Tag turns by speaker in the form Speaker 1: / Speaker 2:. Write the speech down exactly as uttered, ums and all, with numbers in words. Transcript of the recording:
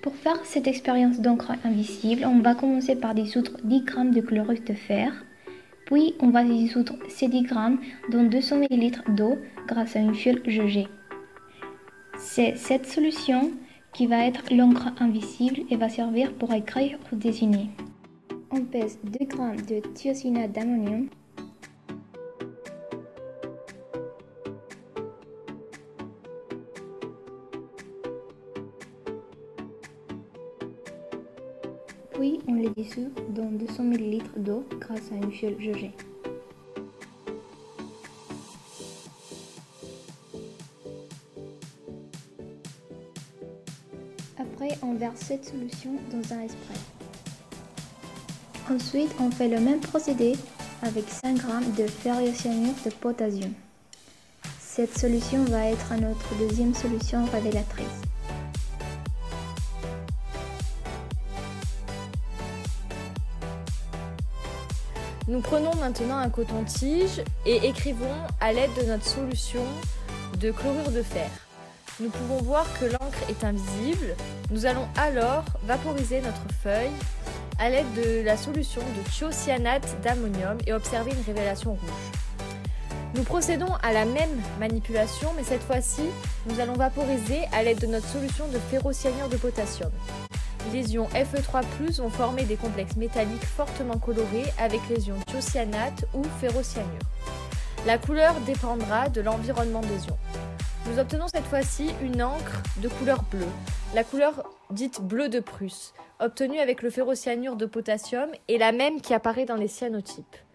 Speaker 1: Pour faire cette expérience d'encre invisible, on va commencer par dissoudre dix grammes de chlorure de fer, puis on va dissoudre ces dix grammes dans deux cents millilitres d'eau grâce à une fiole jaugée. C'est cette solution qui va être l'encre invisible et va servir pour écrire ou dessiner. On pèse deux grammes de thiocyanate d'ammonium. Puis on les dissout dans deux cents millilitres d'eau grâce à une fiole jaugée. Après, on verse cette solution dans un spray. Ensuite, on fait le même procédé avec cinq grammes de ferrocyanure de potassium. Cette solution va être notre deuxième solution révélatrice.
Speaker 2: Nous prenons maintenant un coton-tige et écrivons à l'aide de notre solution de chlorure de fer. Nous pouvons voir que l'encre est invisible. Nous allons alors vaporiser notre feuille à l'aide de la solution de thiocyanate d'ammonium et observer une révélation rouge. Nous procédons à la même manipulation, mais cette fois-ci, nous allons vaporiser à l'aide de notre solution de ferrocyanure de potassium. Les ions F E trois plus vont former des complexes métalliques fortement colorés avec les ions thiocyanate ou ferrocyanure. La couleur dépendra de l'environnement des ions. Nous obtenons cette fois-ci une encre de couleur bleue, la couleur dite bleu de Prusse, obtenue avec le ferrocyanure de potassium est la même qui apparaît dans les cyanotypes.